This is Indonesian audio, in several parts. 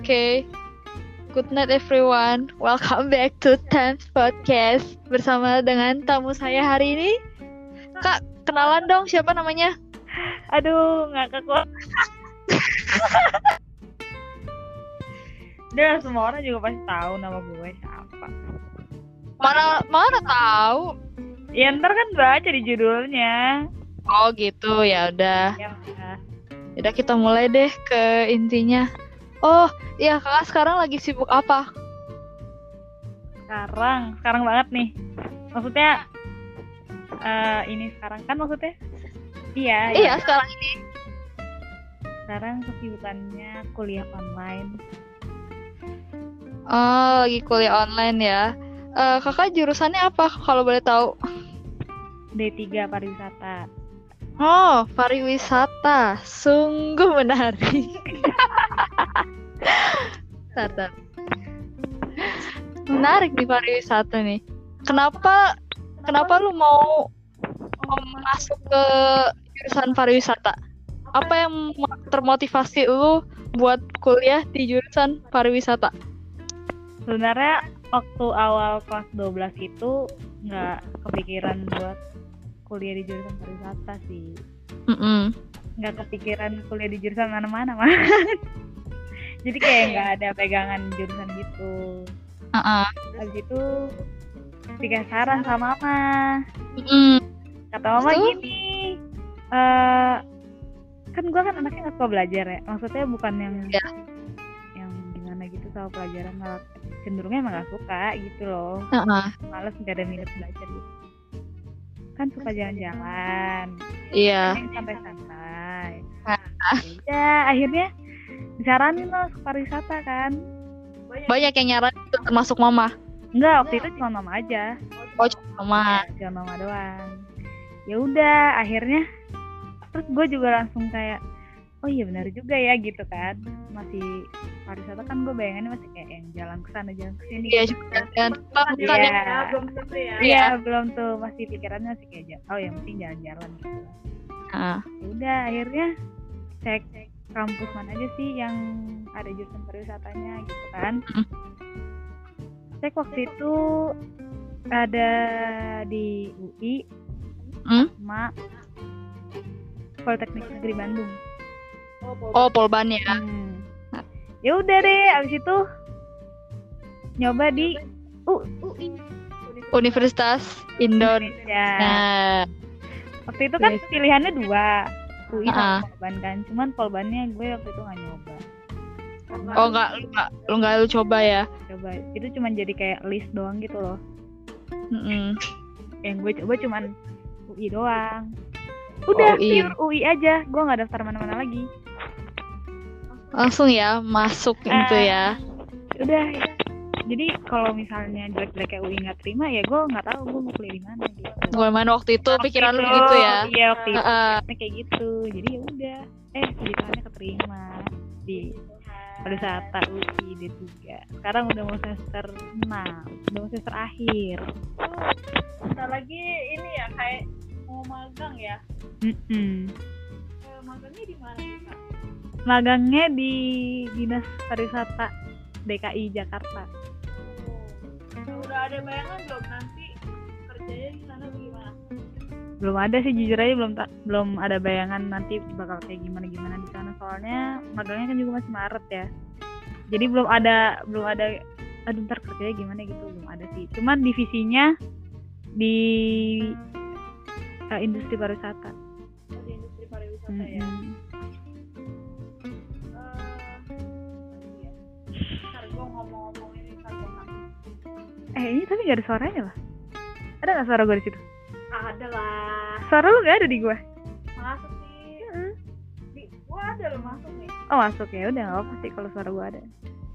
Oke. Good night everyone. Welcome back to Times Podcast bersama dengan tamu saya hari ini. Kak, kenalan dong siapa namanya? Aduh, nggak kekuat. Udah, semua orang juga pasti tahu nama gue siapa. Mana tahu? Ya ntar kan baca di judulnya. Oh gitu, ya udah. Ya udah. Udah kita mulai deh ke intinya. Oh, iya Kakak sekarang lagi sibuk apa? Sekarang banget nih. Maksudnya ini sekarang kan maksudnya? Iya. Iya, sekarang ini. Sekarang kesibukannya kuliah online. Oh, lagi kuliah online ya. Kakak jurusannya apa kalau boleh tahu? D3 pariwisata. Oh, pariwisata. Sungguh menarik. Bentar. Menarik nih pariwisata nih. Kenapa lu mau masuk ke jurusan pariwisata? Apa yang termotivasi lu buat kuliah di jurusan pariwisata? Sebenarnya waktu awal kelas 12 itu nggak kepikiran buat kuliah di jurusan pariwisata sih. Nggak kepikiran kuliah di jurusan mana-mana mah. Jadi kayak nggak ada pegangan jurusan gitu. Habis itu dikasih saran sama mama. Kata mama gini, kan gue kan anaknya nggak suka belajar ya. Maksudnya bukan yang gimana gitu sama pelajaran, malah cenderungnya emang nggak suka gitu loh. Males, nggak ada minat belajar gitu. Kan suka jalan-jalan. Iya. Santai-santai. Ya akhirnya disaranin loh pariwisata kan. Banyak yang nyaran itu termasuk mama. Enggak, waktu itu cuma mama aja. Oh, cuma mama. Ya, cuma mama doang. Ya udah, akhirnya terus gue juga langsung kayak, oh iya benar juga ya gitu kan. Masih pariwisata kan gue bayangannya masih kayak yang jalan ke sana jalan ke sini. Iya, gitu. belum tentu ya. Iya, belum tuh, masih pikirannya masih kayak yang penting jalan-jalan gitu. Ya udah, akhirnya cek kampus mana aja sih yang ada jurusan pariwisatanya gitu kan. Cek waktu itu ada di UI sama Politeknik Negeri Bandung. Oh, Polban ya. Ya udah deh, abis itu nyoba di UI, Universitas Indonesia. Nah, waktu itu kan pilihannya 2, UI sama Polban kan. Cuman Polbannya gue waktu itu nggak nyoba. Oh, nggak lu coba ya? Coba, itu cuman jadi kayak list doang gitu loh. Yang gue coba cuman UI doang. Udah pure UI aja, gue nggak daftar mana-mana lagi. Langsung ya masuk gitu ya. Udah. Jadi kalau misalnya jelek-jelek kayak UI nggak terima, ya gue nggak tahu gue mau kuliah di mana gitu. Gimana waktu itu pikiran lu gitu ya? Iya, waktu itu kayak gitu. Jadi ya udah, puji Tuhannya keterima di pariwisata UI D3. Sekarang udah mau semester 6, udah mau semester akhir. Bentar lagi ini ya kayak mau magang ya. Magangnya di mana Kak? Magangnya di Dinas Pariwisata DKI Jakarta. Udah ada bayangan belum nanti kerjanya di sana gimana? Belum ada sih, jujur aja belum ada bayangan nanti bakal kayak gimana di sana, soalnya magangnya kan juga masih Maret ya. Jadi belum ada aduh ntar kerjanya gimana gitu, belum ada sih. Cuman divisinya di industri pariwisata. Di industri pariwisata ya. Ntar gue ngomong-ngomong ini kantor kampus. Ini tapi gak ada suaranya lah. Ada gak suara gue di situ? Ada lah. Suara lu gak ada di gue? Masuk sih. Di gue ada lo masuk nih. Oh masuk ya, udah gak apa sih kalau suara gue ada.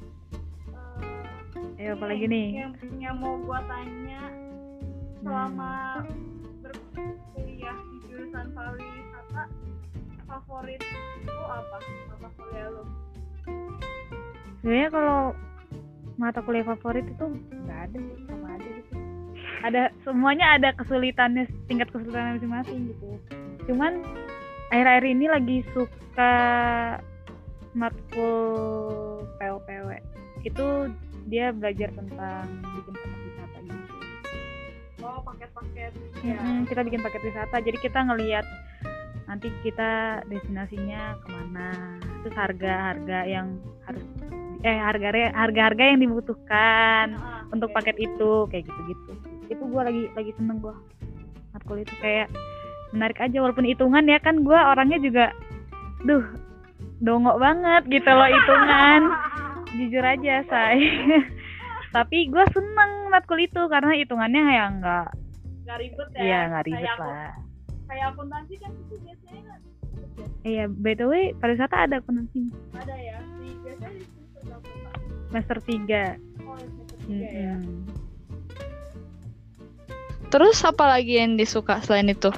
Ayo apalagi nih? Yang mau gue tanya, selama berkuliah di jurusan pariwisata, favorit lu apa? Mata kuliah lu? Sebenarnya kalau mata kuliah favorit itu nggak ada sih, sama aja gitu. Semuanya ada kesulitannya, tingkat kesulitannya masing-masing gitu. Cuman akhir-akhir ini lagi suka matkul POPW itu dia belajar tentang bikin paket wisata gitu. Oh, paket-paket. Kita bikin paket wisata, jadi kita ngelihat nanti kita destinasinya kemana, terus harga-harga yang harus harga-harga yang dibutuhkan untuk paket itu, kayak gitu-gitu. Itu gue lagi seneng gue matkul itu, kayak menarik aja walaupun hitungan ya kan, gue orangnya juga dongok banget gitu loh hitungan. Jujur aja tapi gue seneng matkul itu karena hitungannya ya nggak ribet ya. Iya, nggak ribet lah. Kayak akuntansi kan itu biasanya Iya, BTW pariwisata ada akuntansi. ada ya. Biasanya di Semester 3. Oh, semester 3 ya. Terus apa lagi yang disuka selain itu?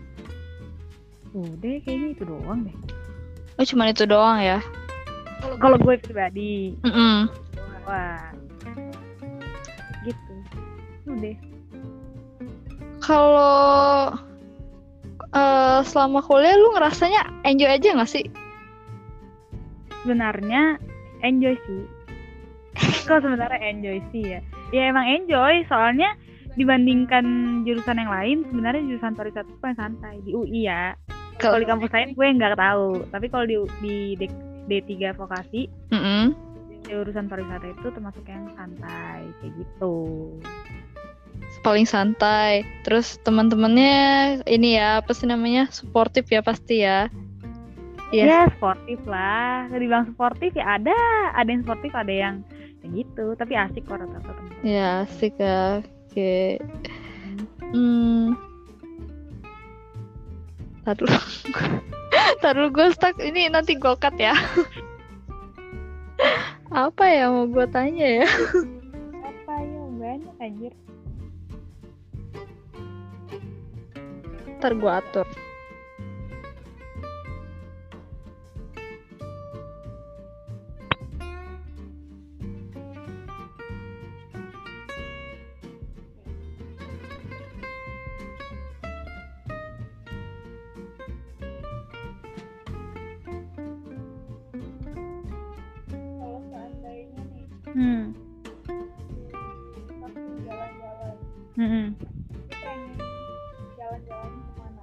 Udah kayaknya itu doang deh. Oh, cuma itu doang ya? Kalau gue pribadi. Mm-mm. Wah. Gitu. Udah. Kalau selama kuliah lu ngerasanya enjoy aja nggak sih? Sebenarnya enjoy sih. Kok sebenarnya enjoy sih ya? Ya emang enjoy, soalnya dibandingkan jurusan yang lain, sebenarnya jurusan pariwisata itu paling santai di UI ya. Kalau di kampus lain gue nggak tahu, tapi kalau di D3 vokasi, jurusan pariwisata itu termasuk yang santai kayak gitu. Paling santai. Terus teman-temannya ini ya, apa sih namanya? Suportif ya pasti ya. Iya. Ya sportif lah. Kalau dibilang sportif ya ada yang sportif, ada yang kayak gitu. Tapi asik kok rata-rata teman. Ya asik ya. Oke. Taruh gue stuck. Ini nanti gue cut ya. Apa ya mau gue tanya ya? Apa ya, banyak anjir. Ntar gue atur. Kalau seandainya nih pasti jalan-jalan, kita pengen jalan-jalan kemana?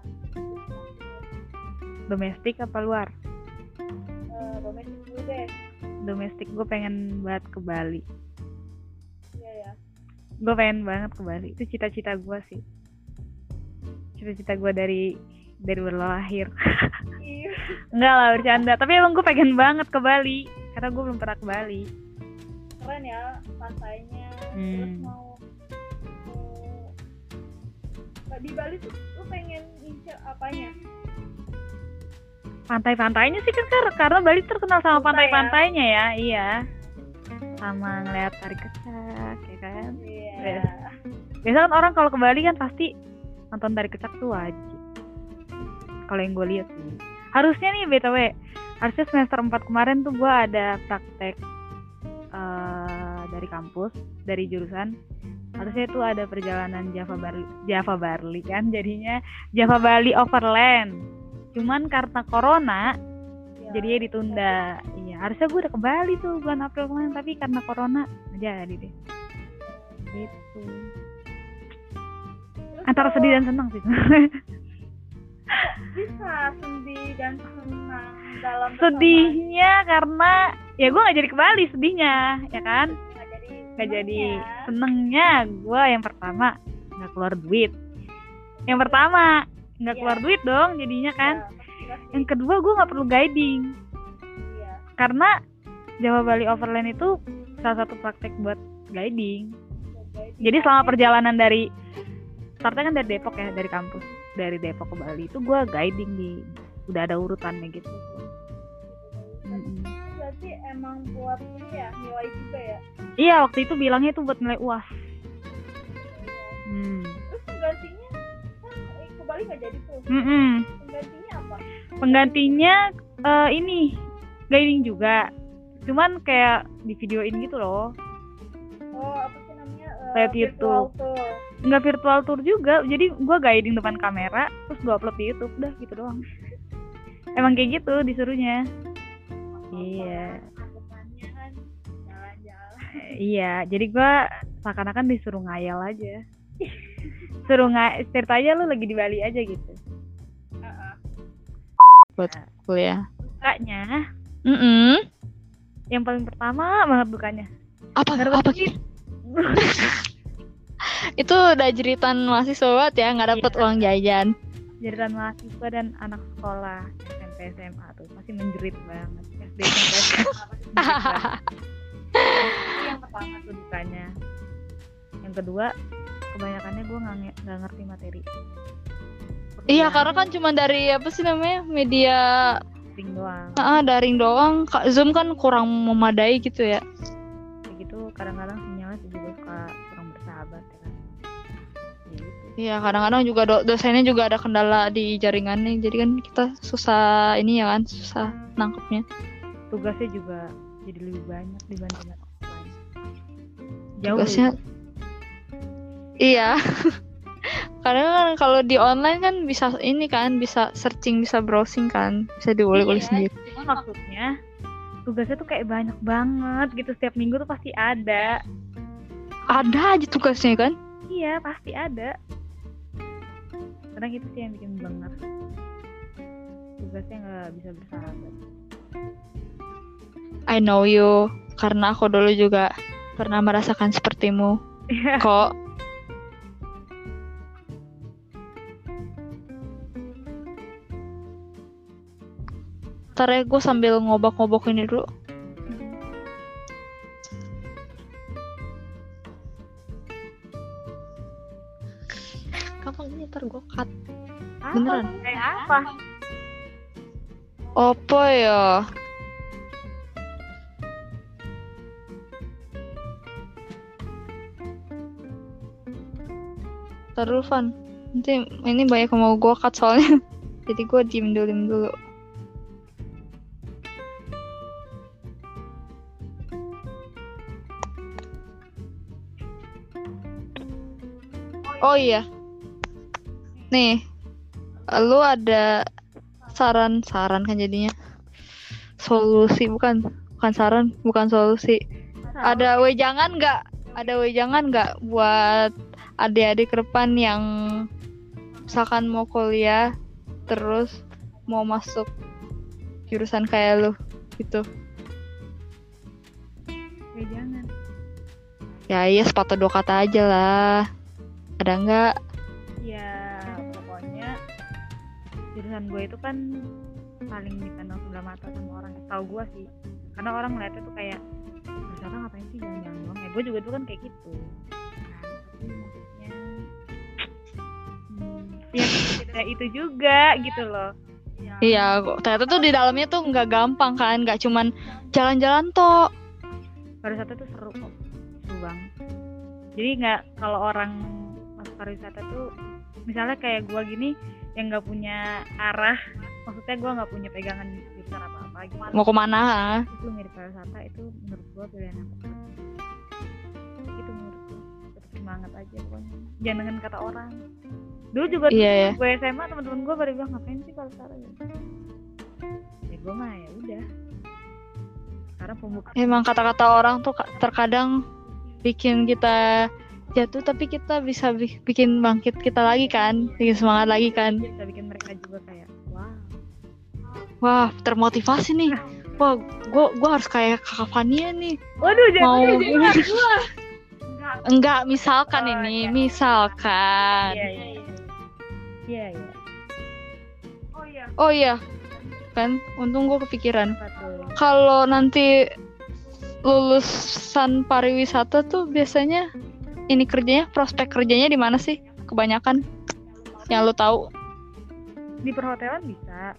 Domestik apa luar? Domestik dulu deh. Domestik gue pengen banget ke Bali. Iya ya. Gue pengen banget ke Bali. Itu cita-cita gue sih. Cita-cita gue dari berlahir. Iya. Enggak lah, bercanda. Tapi emang gue pengen banget ke Bali. Karena gue belum pernah ke Bali. Keren ya pantainya. Terus mau di Bali tuh lu pengen incer apanya? Pantai-pantainya sih kan, karena Bali terkenal sama Pantai pantai-pantainya ya. Iya. Sama ngeliat tari kecak, ya kan? Iya. Biasa kan orang kalau ke Bali kan pasti nonton tari kecak tuh wajib. Kalau yang gue lihat sih. Harusnya nih BTW, harusnya semester 4 kemarin tuh gue ada praktek dari kampus, dari jurusan. Harusnya itu ada perjalanan Java Bali kan, jadinya Java Bali Overland. Cuman karena corona jadinya ditunda. Iya, harusnya gue udah ke Bali tuh bulan April kemarin, tapi karena corona nggak jadi deh. Gitu. Antara sedih dan senang sih. Bisa sedih dan senang dalam Sedihnya karena ya gue nggak jadi ke Bali, sedihnya ya kan. Nggak jadi. Senengnya gue yang pertama nggak keluar duit. Yang pertama nggak keluar duit dong jadinya kan. Yang kedua gue nggak perlu guiding. Karena Java Bali Overland itu salah satu praktek buat guiding. Jadi selama perjalanan dari startnya kan dari Depok ya, dari kampus, dari Depok ke Bali itu gue guiding udah ada urutannya gitu. Berarti emang buat ini ya, nilai juga ya? Iya, waktu itu bilangnya itu buat nilai UAS. Terus penggantinya kan ke Bali nggak jadi tuh. Penggantinya apa? Penggantinya ini guiding juga, cuman kayak di videoin gitu loh. Oh, apa sih namanya? Kayak virtual tour. Nggak virtual tour juga, jadi gue guiding depan kamera, terus gue upload di YouTube, udah gitu doang. Emang kayak gitu disuruhnya. Iya. Bukannya kan jalan-jalan. Iya, jadi gue seakan-akan disuruh ngayal aja. Suruh cerita aja lu lagi di Bali aja gitu. Buat kuliah. Dukanya, Mm-mm. yang paling pertama banget dukanya. Apa Ki? Itu udah jeritan mahasiswa banget ya, nggak dapet Iya. uang jajan. Jeritan mahasiswa dan anak sekolah SMP SMA tuh pasti menjerit banget. SD SMP SMA pasti menjerit banget. Itu yang pertama tuh dukanya. Yang kedua, kebanyakannya gue nggak ngerti materi. Iya, karena kan cuma dari apa sih namanya, media Ring doang. daring doang. Zoom kan kurang memadai gitu ya. Kayak gitu kadang-kadang sinyalnya juga suka kurang bersahabat ya kan. Gitu. Iya, kadang-kadang juga dosennya juga ada kendala di jaringannya, jadi kan kita susah ini ya kan, susah nangkepnya. Tugasnya juga jadi lebih banyak dibandingkan offline. Jauh. Tugasnya iya. Karena kan kalau di online kan bisa ini kan, bisa searching, bisa browsing kan, bisa diulik-ulik sendiri. Cuma maksudnya tugasnya tuh kayak banyak banget gitu, setiap minggu tuh pasti ada. Ada aja tugasnya kan. Iya pasti ada. Kadang itu sih yang bikin banget. Tugasnya nggak bisa bersahabat. I know you, karena aku dulu juga pernah merasakan sepertimu. Kok ntar ya, gue sambil ngobak-ngobok ini dulu. Kapan ini ntar gue cut. Beneran? Kayak apa? Apa ya? Ntar dulu, Van. Nanti ini banyak yang mau gue cut soalnya. Jadi gue diem dulu. Oh iya. Nih, lu ada saran kan jadinya. Solusi bukan saran, bukan solusi. Ada wejangan nggak? Ada wejangan nggak buat adik-adik ke depan yang misalkan mau kuliah terus mau masuk jurusan kayak lu gitu? Jangan. Ya iya, sepatah dua kata aja lah. Ada nggak? Ya pokoknya jurusan gue itu kan paling dipandang sebelah mata sama orang, tahu gue sih, karena orang ngeliatnya tuh kayak sekarang ngapain sih jalan-jalan doang ya. Gue juga tuh kan kayak gitu kan, tapi maksudnya ya tidak itu juga gitu loh. Iya, ternyata tuh di dalamnya tuh nggak gampang kan, nggak cuman jalan-jalan toh. Pariwisata tuh seru kok, seru banget. Jadi nggak, kalau orang masuk pariwisata tuh misalnya kayak gue gini yang nggak punya arah, maksudnya gue nggak punya pegangan jurusan apa-apa gitu. Mau kemana? Itu mirip pariwisata, itu menurut gue pilihan yang tepat. Itu menurut gue tetap semangat aja pokoknya, jangan dengan kata orang. Dulu juga Iya. gue SMA teman-teman gue pada bilang ngapain sih pariwisata gitu. Ya gue mah ya udah. Sekarang pembuka. Emang kata-kata orang tuh terkadang bikin kita jatuh, tapi kita bisa bikin bangkit kita lagi kan, bikin semangat lagi kan. Bisa bikin mereka juga kayak wah termotivasi nih. Wah, gue harus kayak Kakak Fania nih. Waduh, Mau jangan. enggak, misalkan Oh, ini, iya. misalkan. Iya. Oh iya, kan untung gue kepikiran. Apa tuh? Kalau nanti lulusan pariwisata tuh biasanya ini kerjanya, prospek kerjanya di mana sih kebanyakan yang lo tahu? Di perhotelan bisa,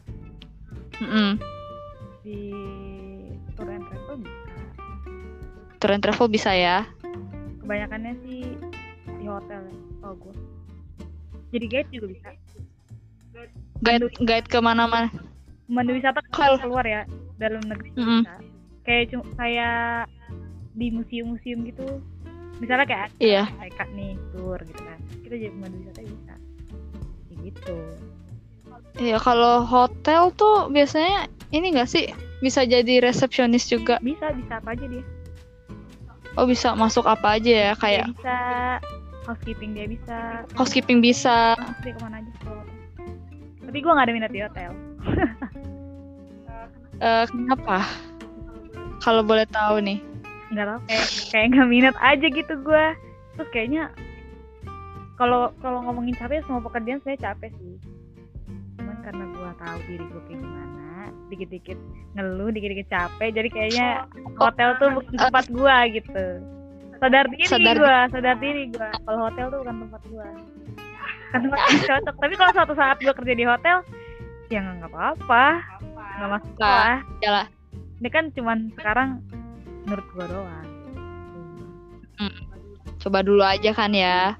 di tour and travel bisa. Tour and travel bisa ya. Kebanyakannya sih di hotel ya, tau gue. Jadi guide juga bisa. Guide kemana-mana. Pemandu wisata Kalau- keluar ya, dalam negeri Mm-mm. bisa. Kayak di museum-museum gitu. Misalnya kayak Iya. TK nih tour gitu kan, kita jadi pemandu wisata bisa. Kayak gitu. Iya, kalau hotel tuh biasanya ini nggak sih, bisa jadi resepsionis juga. Bisa apa aja dia. Oh, bisa masuk apa aja ya, Dia kayak bisa housekeeping, dia bisa housekeeping bisa. dia kemana aja kalau hotel. Tapi gue nggak ada minat di hotel. Kenapa? Kalau boleh tahu nih. Nggak tahu, kayak nggak minat aja gitu gue. Terus kayaknya kalau ngomongin capek, semua pekerjaan saya capek sih. Cuman karena gue tahu diri gue kayak gimana, dikit-dikit ngeluh, dikit-dikit capek, jadi kayaknya hotel tuh bukan tempat gue gitu. Sadar diri gue kalau hotel tuh bukan tempat gue, kan tempat yang cocok. Tapi kalau suatu saat gue kerja di hotel, ya nggak apa-apa, nggak masalah. Yalah. Ini kan cuman sekarang menurut gue doang. Coba dulu aja kan ya.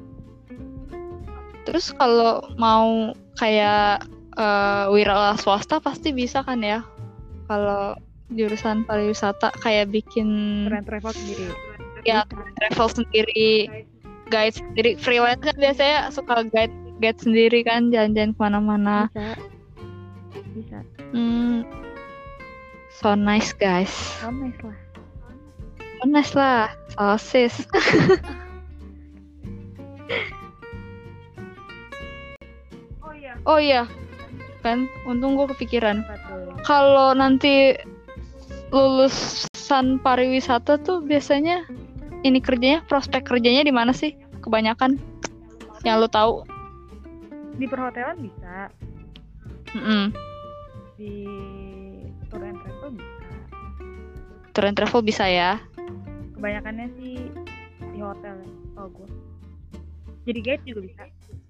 Terus kalau mau kayak wira swasta pasti bisa kan ya? Kalau jurusan pariwisata kayak bikin Travel sendiri. Ya, travel sendiri, guide sendiri. Freelance kan biasanya suka guide sendiri kan, jalan-jalan kemana-mana. Bisa. So nice guys. So nice lah, sosis. Oh iya, kan untung gue kepikiran. Kalau nanti lulusan pariwisata tuh biasanya ini kerjanya, prospek kerjanya di mana sih? Kebanyakan yang lo tahu? Di perhotelan bisa. Di tour and travel bisa. Tour and travel bisa ya? Kebanyakannya sih di hotel ya, tau gue. Jadi guide juga bisa.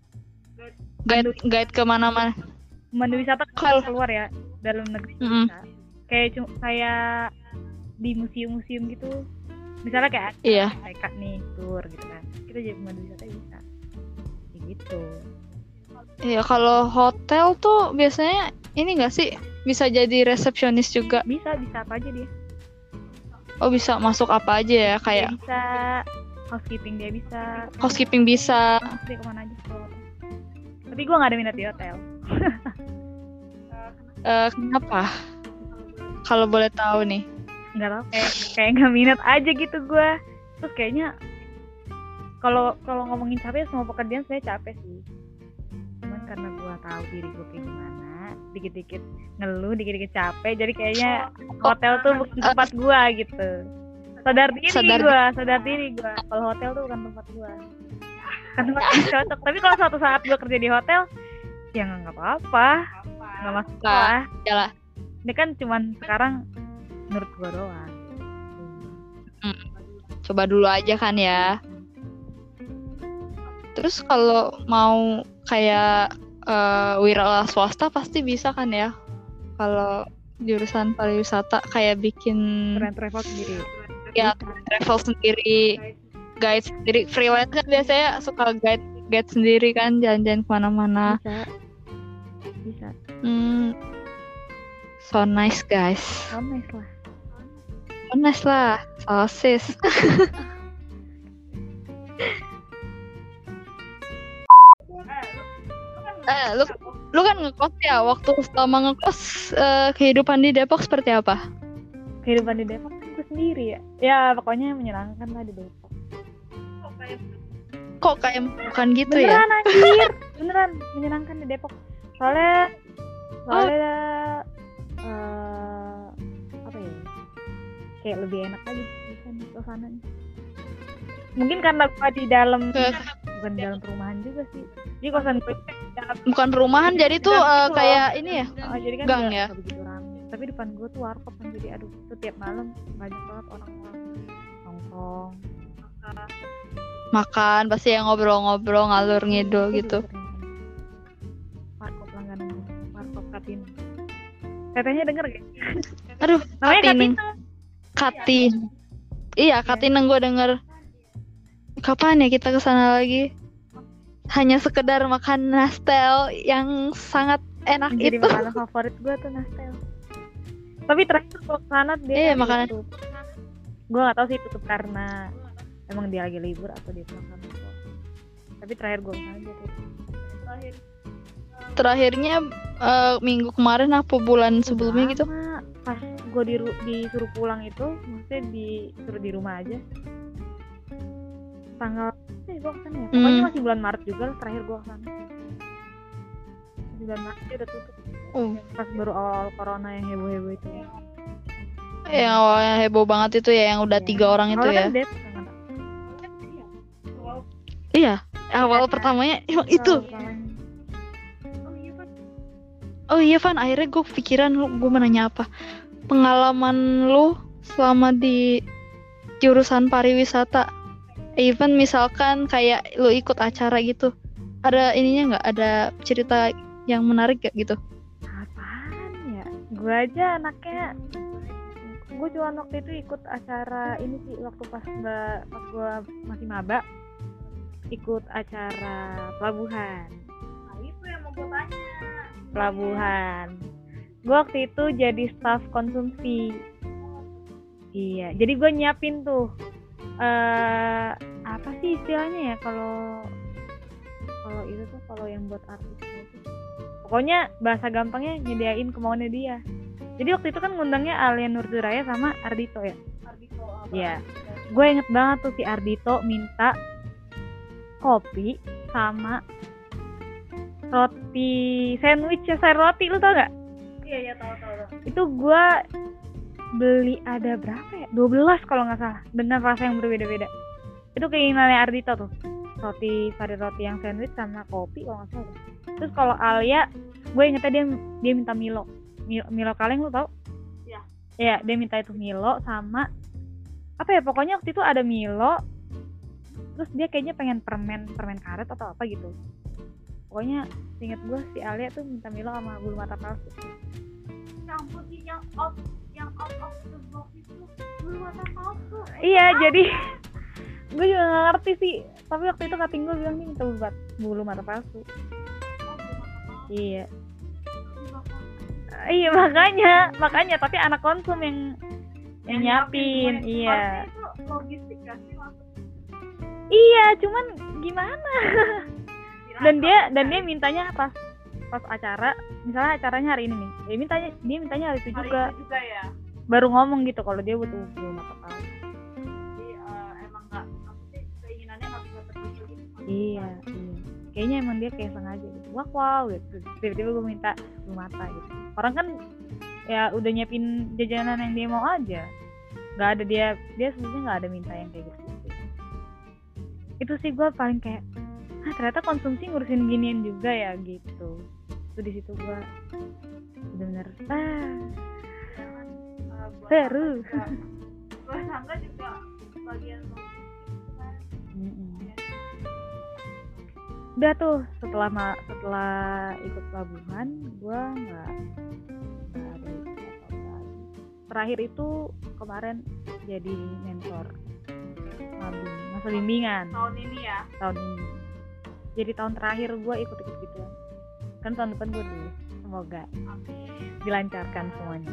Guide kemana-mana. Mandu wisata kalau keluar ya, dalam negeri bisa. Kayak di museum-museum gitu. Misalnya kayak TK nih, tour gitu kan. Kita jadi pemandu wisata bisa. Kayak gitu. Iya, kalau hotel tuh biasanya ini nggak sih, bisa jadi resepsionis juga? Bisa apa aja dia. Oh, bisa masuk apa aja ya, kayak dia bisa housekeeping, dia bisa housekeeping bisa. dia kemana aja kalau hotel. Tapi gue nggak ada minat di hotel. Kenapa? Kalau boleh tahu nih. Nggak tahu, kayak nggak minat aja gitu gue. Terus kayaknya kalau ngomongin capek, semua pekerjaan saya capek sih. Cuman karena gue tahu diri gue kayak gimana, dikit-dikit ngeluh, dikit-dikit capek, jadi kayaknya hotel tuh bukan tempat gue gitu. Sadar diri gue kalau hotel tuh bukan tempat gue, kan tempat yang cocok. Tapi kalau suatu saat gue kerja di hotel, ya nggak apa-apa, nggak masalah. Yalah. Ini kan cuman sekarang menurut gue doang. Coba dulu aja kan ya. Terus kalau mau kayak wira swasta pasti bisa kan ya? Kalau jurusan pariwisata kayak bikin travel sendiri. Ya, travel sendiri, guide sendiri. Freelance kan biasanya suka guide sendiri kan, jalan-jalan kemana-mana. Bisa. So nice guys. So nice lah, sosis. Lu kan ngekos ya, waktu selama ngekos kehidupan di Depok seperti apa? Kehidupan di Depok kan gue sendiri ya. Ya pokoknya menyenangkan lah di Depok. Kok kayak bukan gitu beneran, ya? Anjir. Beneran menyenangkan di Depok. Soalnya apa ya? Kayak lebih enak aja di suasananya. Mungkin karena gue di dalam bukan di dalam perumahan juga sih. Jadi kosan gue bukan perumahan, jadi tuh kayak ini ya, jadi kan gang ya. Begitu ramai. Tapi depan gue tuh warkop kan, jadi aduh, tuh tiap malam banyak banget orang-orang nongkrong, makan, pasti yang ngobrol-ngobrol ngalur ngidul gitu. Warkop langganan, warkop Katin. Katanya denger gak? Aduh, namanya Katin. Iya, Katineng gue denger. Kapan ya kita kesana lagi? Hanya sekedar makan nastel yang sangat enak. Jadi itu. Makanan favorit gue tuh nastel. Tapi terakhir gue kesana dia makanan. Gue gak tahu sih tutup karena emang dia lagi libur atau dia pulang kantor. Tapi terakhir gue kesana dia tutup. Terakhirnya minggu kemarin apa bulan sebelumnya gitu? Pas gue disuruh pulang itu, maksudnya disuruh di rumah aja. Tanggal gue kesana ya, pokoknya masih bulan Maret juga lah terakhir gue kesana. Masih bulan Maret dia udah tutup. Pas baru awal corona yang heboh itu ya. Yang awalnya heboh banget itu ya, yang udah 3 orang itu ya. Kan dead, Iya, awal pertamanya emang itu. Oh iya Van, akhirnya gue kepikiran gue mau nanya apa. Pengalaman lu selama di jurusan pariwisata, even misalkan kayak lu ikut acara gitu, ada ininya nggak? Ada cerita yang menarik gak gitu? Apaan ya? Gue aja anaknya, gue cuma waktu itu ikut acara ini sih waktu pas gue masih maba, ikut acara pelabuhan. Nah itu yang mau gue tanya. Pelabuhan. Gue waktu itu jadi staf konsumsi. Iya, jadi gue nyiapin tuh apa sih istilahnya ya kalau itu tuh kalau yang buat artis itu. Pokoknya bahasa gampangnya nyediain kemauannya dia. Jadi waktu itu kan ngundangnya Alia Nursuraya sama Ardito ya. Ardito apa? Iya. Gue inget banget tuh si Ardito minta kopi sama roti sandwich ya, sayur roti, lu tau gak? Iya tahu. Itu gue beli ada berapa ya? 12 kalau nggak salah, dengan rasa yang berbeda-beda. Itu keinginannya Ardito tuh, varian roti yang sandwich sama kopi kalau nggak salah. Terus kalau Alia, gue ingetnya dia minta Milo kaleng, lu tau? Iya. Iya, dia minta itu Milo sama apa ya? Pokoknya waktu itu ada Milo. Terus dia kayaknya pengen permen karet atau apa gitu. Pokoknya inget gue si Alia tuh minta Milo sama bulu mata palsu. Campur sih yang out of the box itu bulu mata palsu. Iya, jadi gue juga gak ngerti sih. Tapi waktu itu kating gue bilang nih minta bulu mata palsu. Iya. Iya makanya tapi anak konsum yang nyiapin. Iya. Itu logistik gak sih maksudnya? Iya, cuman gimana? Dan dia mintanya pas acara, misalnya acaranya hari ini nih, dia mintanya hari itu juga. Hari itu juga ya. Baru ngomong gitu kalau dia butuh bulu mata palsu. Jadi emang nggak, maksudnya keinginannya nggak bisa terwujud gitu. Iya. Kayaknya emang dia kayak sengaja gitu. Wow gitu. Tiba-tiba gue minta bulu mata gitu. Orang kan ya udah nyiapin jajanan yang dia mau aja. Nggak ada dia sebenarnya nggak ada minta yang kayak gitu. Itu sih gue paling kayak, ternyata konsumsi ngurusin ginian juga ya gitu. Itu di situ gue bener seru. Gue sangka juga bagian logistik kan. Udah tuh setelah ikut pelabuhan gue nggak ada apa-apa. Terakhir itu kemarin jadi mentor masa bimbingan Tahun ini. Jadi tahun terakhir gue ikut gitu kan, tahun depan gue dulu. Semoga dilancarkan semuanya.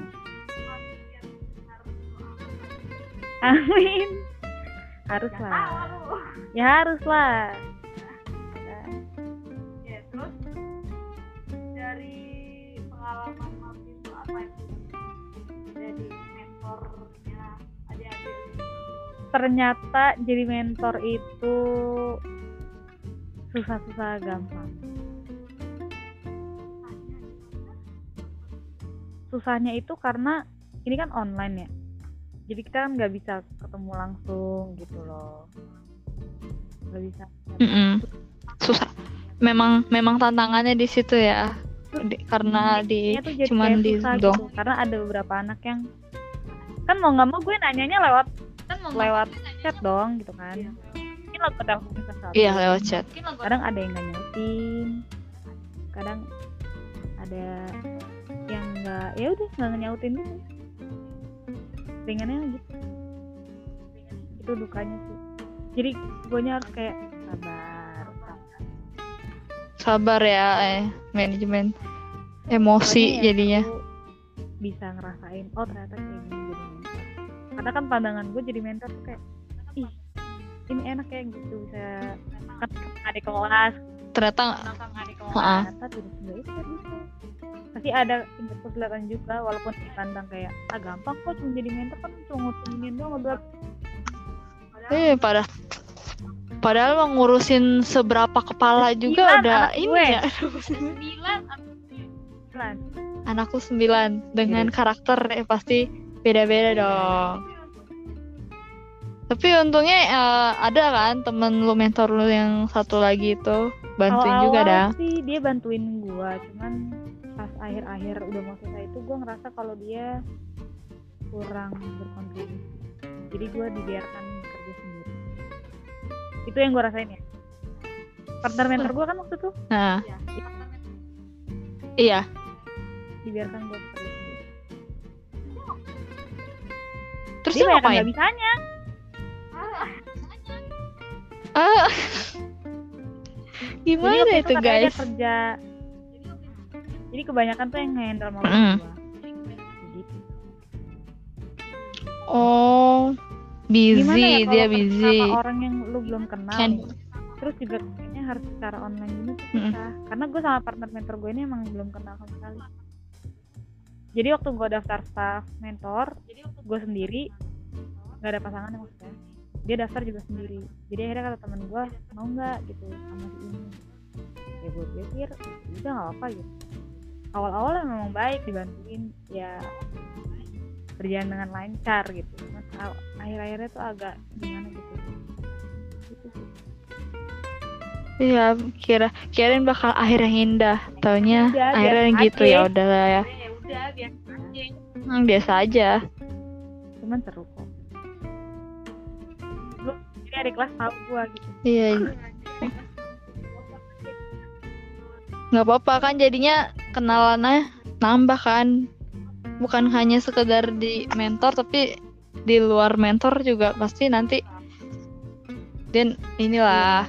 Amin. Haruslah. Ya haruslah. Ya terus dari pengalaman Martin itu apa yang jadi mentornya adik-adik? Ternyata jadi mentor itu susah gampang. Susahnya itu karena ini kan online ya, jadi kita kan nggak bisa ketemu langsung gitu loh, nggak bisa. Susah. Memang tantangannya di situ ya, karena cuman di susah dong. Gitu. Karena ada beberapa anak yang kan mau nggak mau gue nanyanya lewat chat dong gitu kan. Mungkin lewat telepon satu. Iya, lewat chat. Kadang ada yang nggak nyautin, kadang ada yang nggak nyautin gitu. Ringannya gitu. Itu dukanya sih. Jadi gue harus kayak sabar ya, manajemen emosi jadinya. Bisa ngerasain ternyata kayak gini jadi mentor. Karena kan pandangan gue jadi mentor tuh kayak ini enak kayak gitu, bisa kan adik kelas. Ternyata tidak bisa. pasti ada tingkat kesulitan juga, walaupun dipandang kayak gampang kok, cuma jadi mentor kan cuma ngurusin doang ngobrol. Padahal ngurusin seberapa kepala juga udah ini ya. 9 Anakku 9 dengan karakter pasti beda-beda dong. Tapi untungnya ada kan temen lu, mentor lu yang satu lagi itu bantuin juga dah. Sih dia bantuin gua, cuman pas akhir-akhir udah mau selesai itu gua ngerasa kalau dia kurang berkontribusi. Jadi gua dibiarkan kerja sendiri. Itu yang gua rasain ya. Partner mentor gua kan waktu itu. Nah. Iya. Dibiarkan gua kerja sendiri. Terus dia ngapain? Nggak bisanya. Gimana jadi itu guys? Kerja. Jadi kebanyakan tuh yang nge-handle mobil gua. Gitu. Oh, busy ya, dia busy. Sama orang yang lu belum kenal. Terus juga kayaknya harus secara online gini tuh susah. Karena gue sama partner mentor gue ini emang belum kenal sama sekali. Jadi waktu gue daftar staff mentor, gue sendiri, nggak ada pasangan maksudnya. Dia daftar juga sendiri. Jadi akhirnya kata temen gue, mau nggak gitu sama si ini. Ya gue pikir udah nggak apa gitu. Awal-awalnya memang baik, dibantuin ya berjalan dengan lancar gitu. Mas akhir-akhirnya tuh agak gimana gitu. Gitu sih. Iya, kirain bakal akhir yang indah. Taunya akhirnya gitu ya udahlah ya. Ya udah biasa aja. Biasa aja. Cuman seru kok. Lu jadi adik kelas tahu gua gitu. Iya. Nggak apa-apa kan jadinya kenalannya nambah kan. Bukan hanya sekedar di mentor tapi di luar mentor juga pasti nanti. Dan inilah.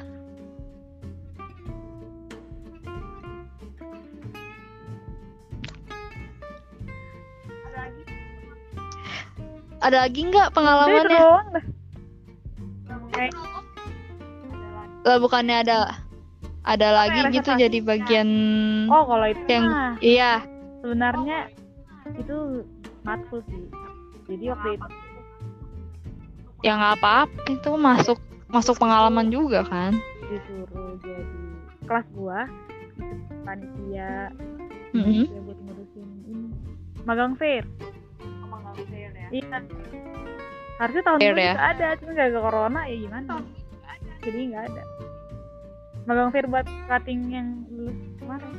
Ada lagi nggak pengalamannya? Lah bukannya ada lagi gitu jadi bagian. Oh kalau itu yang mah iya sebenarnya itu matkul sih. Jadi waktu itu yang apa-apa itu masuk pengalaman juga kan. Disuruh jadi kelas gua panitia ya buat ngurusin ini magang fair. Iya. Harusnya tahun ini juga ada, cuma gara-gara corona ya gimana? Jadi nggak ada. Magang fair buat cutting yang lulus kemarin.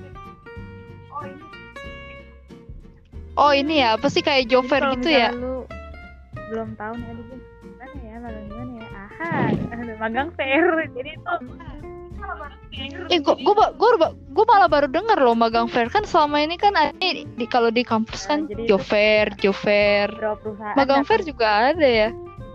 Oh ini ya, apa sih kayak job fair gitu ya? Lu belum tahu nih, aduh gimana ya, magang gimana ya? Magang fair. Jadi itu gue malah baru dengar loh magang fair. Kan selama ini kan ada kalau di kampus kan job fair. Magang fair juga ada ya.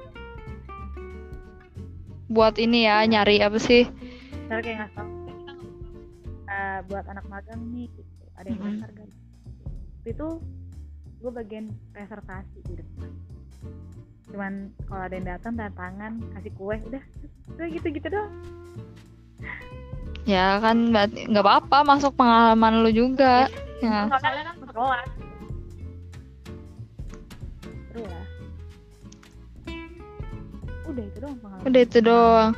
Buat ini ya, nyari apa sih? Misalnya kayak nggak tahu. Buat anak magang nih, gitu. Ada yang daftar kan? Itu gue bagian reservasi di depan. Cuman kalau ada yang datang tanda tangan, kasih kue, udah gitu doang. Ya kan nggak apa-apa, masuk pengalaman lu juga. Ya. Soalnya kan sekolah. Seru lah. Udah itu doang pengalaman.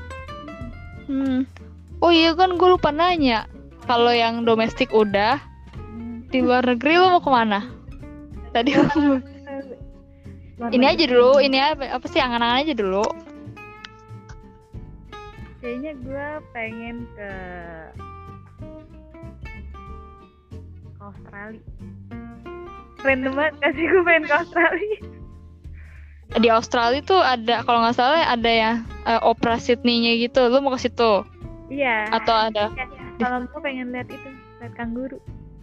Oh iya kan gue lupa nanya. Kalau yang domestik udah, di luar negeri lu mau kemana? Tadi ini aja dulu, ini apa sih angan-angan aja dulu. Kayaknya gue pengen ke Australia. Random banget kasih gue pengen ke Australia. Di Australia tuh ada, kalau nggak salah ada ya Opera Sydney-nya gitu. Lu mau ke situ? Iya. Atau ada? Kalau gue pengen lihat itu, lihat kanguru.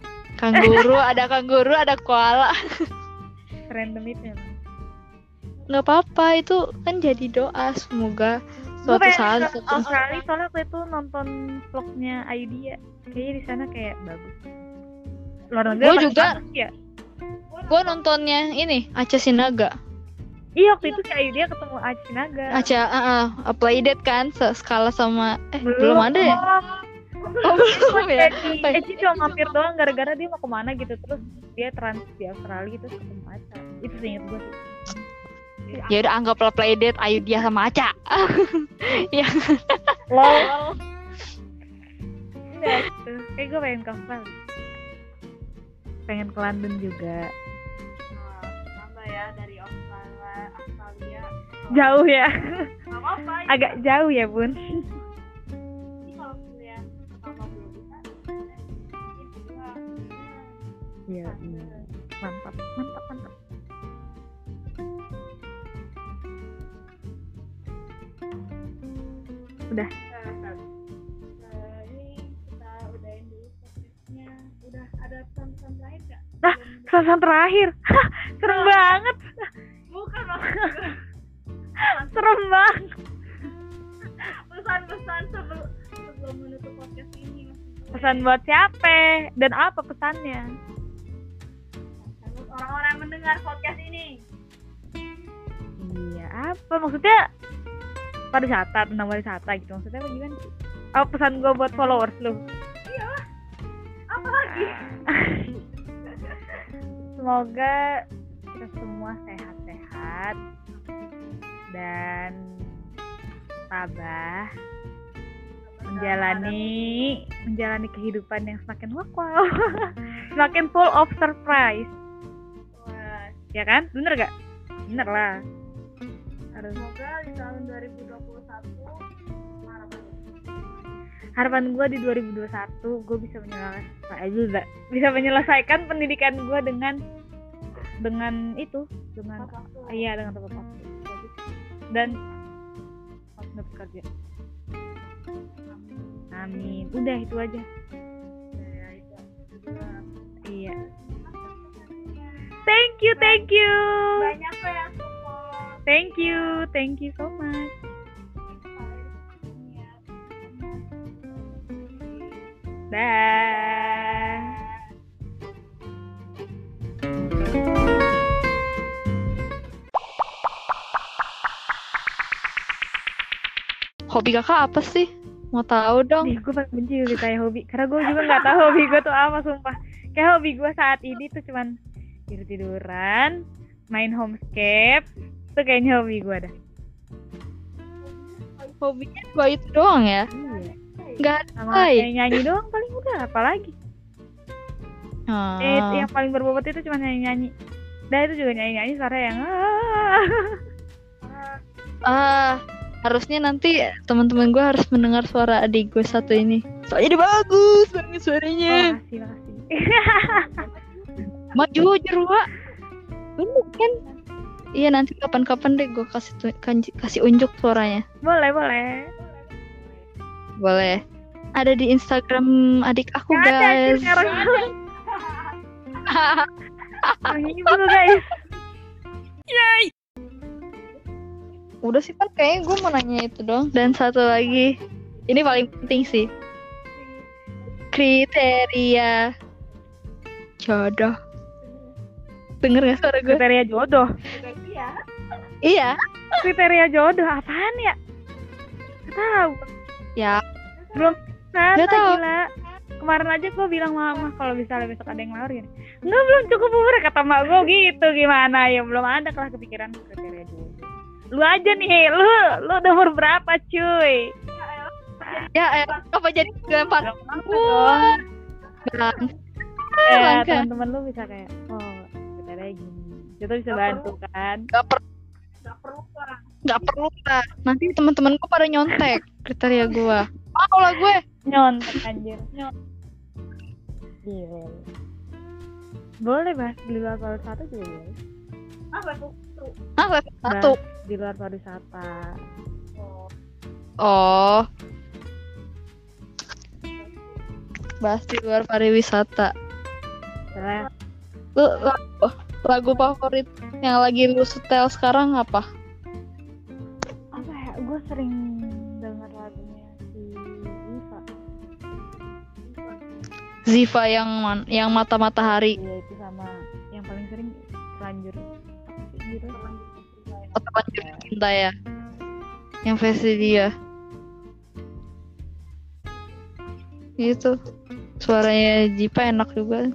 Ada koala. Random itu emang. Nggak apa-apa, itu kan jadi doa semoga suatu saat Australia. Soalnya aku itu nonton vlognya Ayudhya, kayaknya di sana kayak bagus. Luar negeri gue juga ya. Gue nontonnya ini Acha Sinaga. Iya waktu itu si Ayudhya ketemu Acha Sinaga. Playdate kan skala sama belum ada ya. Oh, belum ya. Eci cuma mampir doang gara-gara dia mau kemana gitu, terus dia transit di Australia terus ketemu Aca. Itu seinget gue sih. Ya udah anggaplah playdate Ayu dia sama Aca. Ya. Lol. Udah gitu. Kayak gue pengen ke Australia. Pengen ke London juga. Nambah ya dari Australia. Jauh ya. Gak apa-apa. Agak jauh ya, Bun. Ini kalau kuliah pertama belum bisa, ini kedua. Iya. Mantap. Udah. Ini kita udahin dulu podcastnya. Udah ada pesan-pesan lain nggak? Nah, pesan terakhir. Hah, serem banget. Bukan maksudnya. Serem banget. Pesan-pesan sebelum menutup podcast ini. Maksud gue. Pesan buat siapa? Dan apa pesannya? Buat orang-orang yang mendengar podcast ini. Iya, apa maksudnya? Pariwisata, tentang pariwisata gitu. Maksudnya apa gimana sih? Oh, pesan gue buat followers lu. Iya. Apa lagi? Semoga kita semua sehat-sehat dan tabah menjalani kehidupan yang semakin wow, semakin full of surprise. Wah, Ya kan? Bener gak? Bener lah. Harus. semoga di tahun 2021 Harapan gue di 2021 gue bisa menyelesaikan pendidikan gue dengan itu, dengan iya, dengan tepat waktu dan dapat kerja. Amin. Udah itu aja. ya itu juga Iya. Thank you. banyak kok yang support. Thank you so much. Dah. Hobi kakak apa sih? Mau tahu dong. Gue paling benci ditanya hobi, karena gue juga nggak tahu hobi gue tuh apa, sumpah. Kayak hobi gue saat ini tuh cuman tidur-tiduran, main homescape, itu kayaknya hobi gue dah. Hobinya dua itu doang ya? Iya. Nggak ada Sama lain. kayak nyanyi doang paling, udah apalagi. Yang paling berbobot itu cuma nyanyi-nyanyi. Dah itu juga nyanyi-nyanyi suara yang Harusnya nanti teman-teman gue harus mendengar suara adik gue satu ini. Soalnya dia bagus banget suaranya. makasih. Maju Jerwa. Bener kan? Iya, nanti kapan-kapan deh gue kasih unjuk suaranya. Boleh. Boleh. Ada di Instagram adik aku, Nggak ada, guys. sekarang. Menghibur guys. Udah sih kan, kayaknya gue mau nanya itu dong. Dan satu lagi, ini paling penting sih. Kriteria jodoh. Denger gak suara gue? Kriteria jodoh. Iya. Kriteria jodoh apaan ya? Gak tahu. Ya. Belum sana Nggak tahu. gila. Kemarin aja gue bilang mama kalau misalnya besok ada yang lawar gini. Enggak, belum cukup umur kata mak gue gitu. Gimana ya, belum ada kelah kepikiran kriteria jodoh. Lu aja nih, lu udah umur berapa cuy? Ya, apa jadi lempar? Doang. Bang. Teman-teman lu bisa kayak, oh kriteria gini. Kita bisa bantu kan? Gak perlu lah. Nanti teman-teman gue pada nyontek kriteria gue. Mau lah gue. Nyontek anjir. Iya. Boleh bahas di luar pariwisata juga boleh. Level Bahas 1. di luar pariwisata. Oh. Bahas di luar pariwisata. Soalnya Lu lagu favorit yang lagi lu setel sekarang apa? apa ya? Gue sering dengar lagunya si Ziva. Ziva yang mata-matahari. Iya itu sama yang paling sering terlanjur. Gitu. Terlanjur cinta ya. Yang versi dia. Gitu. Suaranya Jipa enak juga.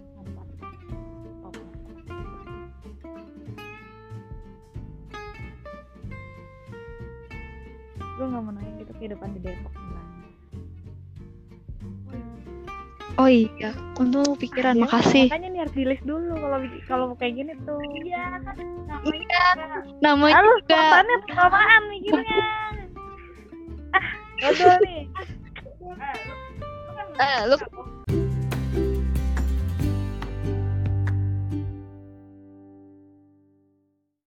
Gue nggak mau nanya gitu kehidupan di Depok gimana. Oh iya, untuk pikiran, Ya, makasih. makanya nih harus di list dulu kalau kayak gini tuh. Iya kan Iya, namanya Halo, juga. spontannya kelamaan mikirnya. Bodoh nih. Lu